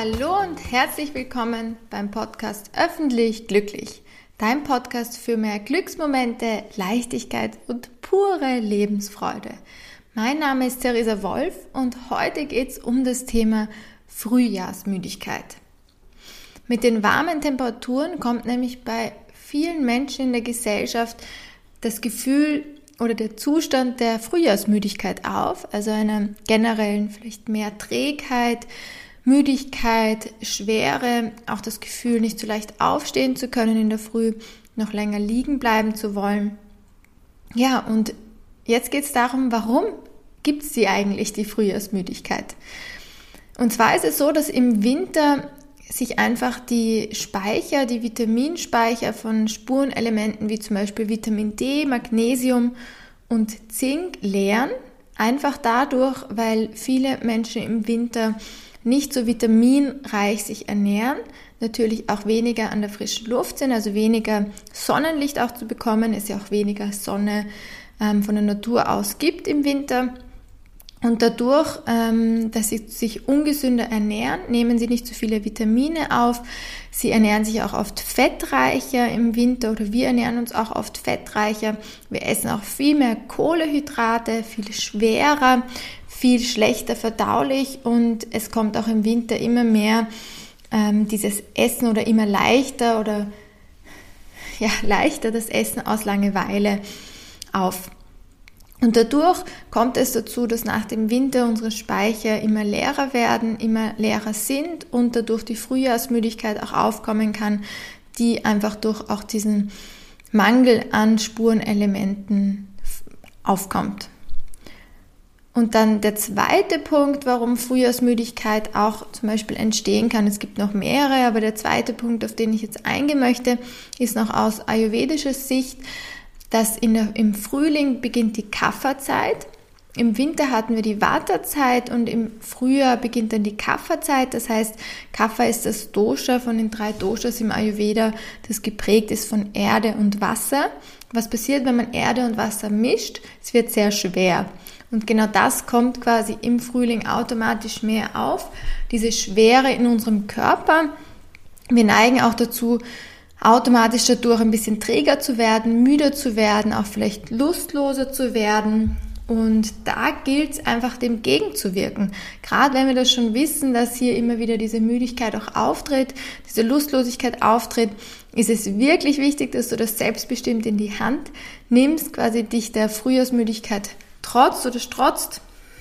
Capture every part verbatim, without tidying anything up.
Hallo und herzlich willkommen beim Podcast Öffentlich Glücklich, dein Podcast für mehr Glücksmomente, Leichtigkeit und pure Lebensfreude. Mein Name ist Theresa Wolf und heute geht es um das Thema Frühjahrsmüdigkeit. Mit den warmen Temperaturen kommt nämlich bei vielen Menschen in der Gesellschaft das Gefühl oder der Zustand der Frühjahrsmüdigkeit auf, also einer generellen vielleicht mehr Trägheit, Müdigkeit, Schwere, auch das Gefühl, nicht so leicht aufstehen zu können in der Früh, noch länger liegen bleiben zu wollen. Ja, und jetzt geht es darum, warum gibt es die eigentlich, die Frühjahrsmüdigkeit? Und zwar ist es so, dass im Winter sich einfach die Speicher, die Vitaminspeicher von Spurenelementen wie zum Beispiel Vitamin D, Magnesium und Zink leeren. Einfach dadurch, weil viele Menschen im Winter nicht so vitaminreich sich ernähren, natürlich auch weniger an der frischen Luft sind, also weniger Sonnenlicht auch zu bekommen, es ja auch weniger Sonne ähm, von der Natur aus gibt im Winter. Und dadurch, ähm, dass sie sich ungesünder ernähren, nehmen sie nicht so viele Vitamine auf. Sie ernähren sich auch oft fettreicher im Winter oder wir ernähren uns auch oft fettreicher. Wir essen auch viel mehr Kohlenhydrate, viel schwerer, viel schlechter verdaulich und es kommt auch im Winter immer mehr ähm, dieses Essen oder immer leichter oder ja leichter das Essen aus Langeweile auf. Und dadurch kommt es dazu, dass nach dem Winter unsere Speicher immer leerer werden, immer leerer sind und dadurch die Frühjahrsmüdigkeit auch aufkommen kann, die einfach durch auch diesen Mangel an Spurenelementen aufkommt. Und dann der zweite Punkt, warum Frühjahrsmüdigkeit auch zum Beispiel entstehen kann, es gibt noch mehrere, aber der zweite Punkt, auf den ich jetzt eingehen möchte, ist noch aus ayurvedischer Sicht, dass in der, im Frühling beginnt die Kapha-Zeit, im Winter hatten wir die Vata-Zeit und im Frühjahr beginnt dann die Kapha-Zeit. Das heißt, Kapha ist das Dosha von den drei Doshas im Ayurveda, das geprägt ist von Erde und Wasser. Was passiert, wenn man Erde und Wasser mischt? Es wird sehr schwer. Und genau das kommt quasi im Frühling automatisch mehr auf, diese Schwere in unserem Körper. Wir neigen auch dazu, automatisch dadurch ein bisschen träger zu werden, müder zu werden, auch vielleicht lustloser zu werden. Und da gilt es einfach, dem gegenzuwirken. Gerade wenn wir das schon wissen, dass hier immer wieder diese Müdigkeit auch auftritt, diese Lustlosigkeit auftritt, ist es wirklich wichtig, dass du das selbstbestimmt in die Hand nimmst, quasi dich der Frühjahrsmüdigkeit trotzt oder strotzt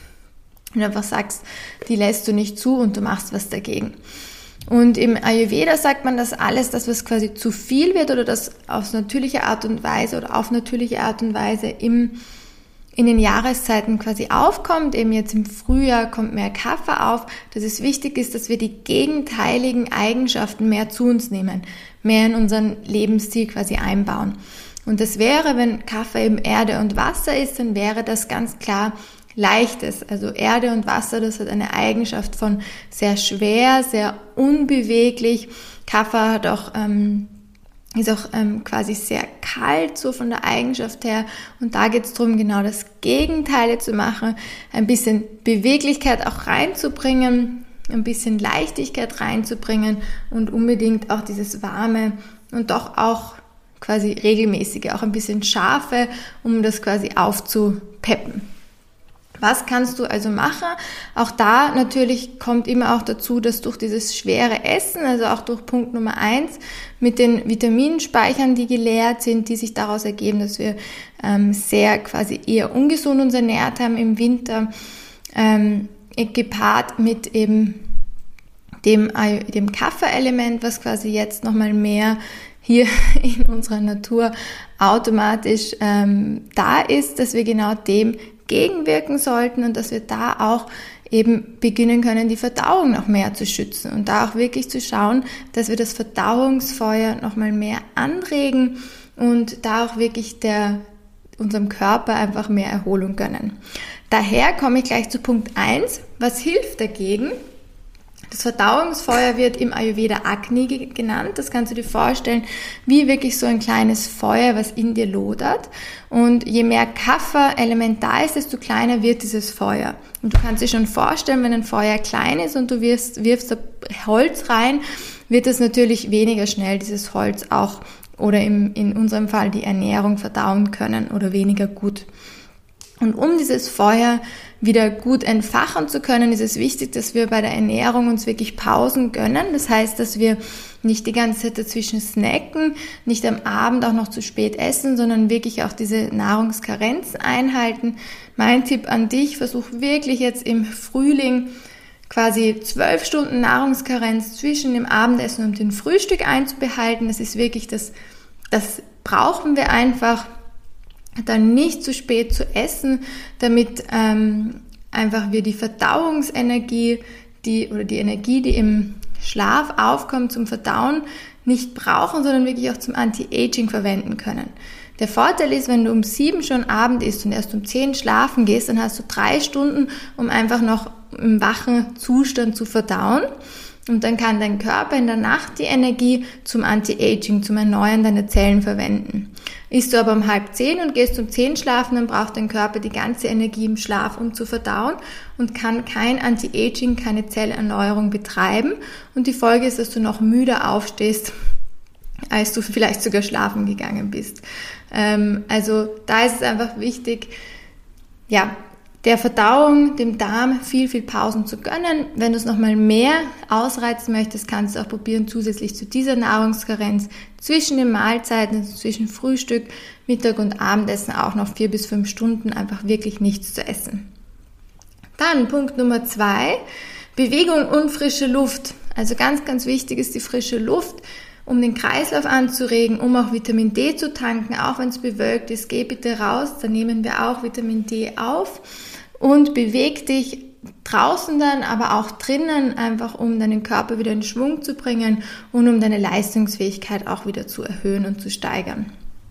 und einfach sagst, die lässt du nicht zu und du machst was dagegen. Und im Ayurveda sagt man, dass alles, das was quasi zu viel wird oder das aus natürlicher Art und Weise oder auf natürliche Art und Weise im, in den Jahreszeiten quasi aufkommt, eben jetzt im Frühjahr kommt mehr Kapha auf, dass es wichtig ist, dass wir die gegenteiligen Eigenschaften mehr zu uns nehmen, mehr in unseren Lebensstil quasi einbauen. Und das wäre, wenn Kapha eben Erde und Wasser ist, dann wäre das ganz klar Leichtes. Also Erde und Wasser, das hat eine Eigenschaft von sehr schwer, sehr unbeweglich. Kapha hat auch, ähm, ist auch ähm, quasi sehr kalt, so von der Eigenschaft her. Und da geht es darum, genau das Gegenteil zu machen, ein bisschen Beweglichkeit auch reinzubringen, ein bisschen Leichtigkeit reinzubringen und unbedingt auch dieses Warme und doch auch quasi regelmäßige, auch ein bisschen scharfe, um das quasi aufzupeppen. Was kannst du also machen? Auch da natürlich kommt immer auch dazu, dass durch dieses schwere Essen, also auch durch Punkt Nummer eins, mit den Vitaminspeichern, die geleert sind, die sich daraus ergeben, dass wir ähm, sehr quasi eher ungesund uns ernährt haben im Winter, ähm, gepaart mit eben dem, dem Kapha-Element, was quasi jetzt nochmal mehr hier in unserer Natur automatisch ähm, da ist, dass wir genau dem gegenwirken sollten und dass wir da auch eben beginnen können, die Verdauung noch mehr zu schützen und da auch wirklich zu schauen, dass wir das Verdauungsfeuer noch mal mehr anregen und da auch wirklich der, unserem Körper einfach mehr Erholung gönnen. Daher komme ich gleich zu Punkt eins. Was hilft dagegen? Das Verdauungsfeuer wird im Ayurveda Agni genannt. Das kannst du dir vorstellen, wie wirklich so ein kleines Feuer, was in dir lodert. Und je mehr Kapha-Element da ist, desto kleiner wird dieses Feuer. Und du kannst dir schon vorstellen, wenn ein Feuer klein ist und du wirfst, wirfst da Holz rein, wird es natürlich weniger schnell dieses Holz auch oder im, in unserem Fall die Ernährung verdauen können oder weniger gut. Und um dieses Feuer wieder gut entfachen zu können, ist es wichtig, dass wir bei der Ernährung uns wirklich Pausen gönnen. Das heißt, dass wir nicht die ganze Zeit dazwischen snacken, nicht am Abend auch noch zu spät essen, sondern wirklich auch diese Nahrungskarenzen einhalten. Mein Tipp an dich, versuch wirklich jetzt im Frühling quasi zwölf Stunden Nahrungskarenz zwischen dem Abendessen und dem Frühstück einzubehalten. Das ist wirklich das, das brauchen wir einfach. Dann nicht zu spät zu essen, damit ähm, einfach wir die Verdauungsenergie, die oder die Energie, die im Schlaf aufkommt zum Verdauen, nicht brauchen, sondern wirklich auch zum Anti-Aging verwenden können. Der Vorteil ist, wenn du um sieben schon Abend isst und erst um zehn schlafen gehst, dann hast du drei Stunden, um einfach noch im wachen Zustand zu verdauen. Und dann kann dein Körper in der Nacht die Energie zum Anti-Aging, zum Erneuern deiner Zellen verwenden. Isst du aber um halb zehn und gehst um zehn schlafen, dann braucht dein Körper die ganze Energie im Schlaf, um zu verdauen und kann kein Anti-Aging, keine Zellerneuerung betreiben. Und die Folge ist, dass du noch müder aufstehst, als du vielleicht sogar schlafen gegangen bist. Also da ist es einfach wichtig, ja, der Verdauung, dem Darm viel, viel Pausen zu gönnen. Wenn du es nochmal mehr ausreizen möchtest, kannst du auch probieren, zusätzlich zu dieser Nahrungskarenz zwischen den Mahlzeiten, also zwischen Frühstück, Mittag und Abendessen auch noch vier bis fünf Stunden einfach wirklich nichts zu essen. Dann Punkt Nummer zwei, Bewegung und frische Luft. Also ganz, ganz wichtig ist die frische Luft, um den Kreislauf anzuregen, um auch Vitamin D zu tanken, auch wenn es bewölkt ist. Geh bitte raus, da nehmen wir auch Vitamin D auf. Und beweg dich draußen dann, aber auch drinnen, einfach um deinen Körper wieder in Schwung zu bringen und um deine Leistungsfähigkeit auch wieder zu erhöhen und zu steigern.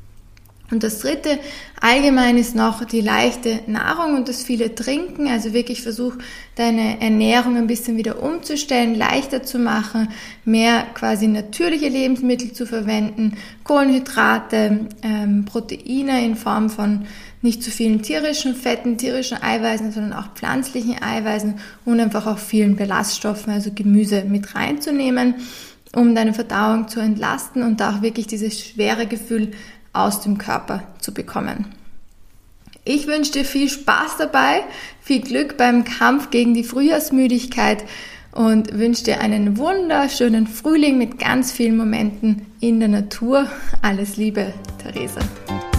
Und das dritte allgemein ist noch die leichte Nahrung und das viele Trinken. Also wirklich versuch, deine Ernährung ein bisschen wieder umzustellen, leichter zu machen, mehr quasi natürliche Lebensmittel zu verwenden, Kohlenhydrate, ähm, Proteine in Form von nicht zu vielen tierischen Fetten, tierischen Eiweißen, sondern auch pflanzlichen Eiweißen und einfach auch vielen Ballaststoffen, also Gemüse mit reinzunehmen, um deine Verdauung zu entlasten und da auch wirklich dieses schwere Gefühl aus dem Körper zu bekommen. Ich wünsche dir viel Spaß dabei, viel Glück beim Kampf gegen die Frühjahrsmüdigkeit und wünsche dir einen wunderschönen Frühling mit ganz vielen Momenten in der Natur. Alles Liebe, Theresa.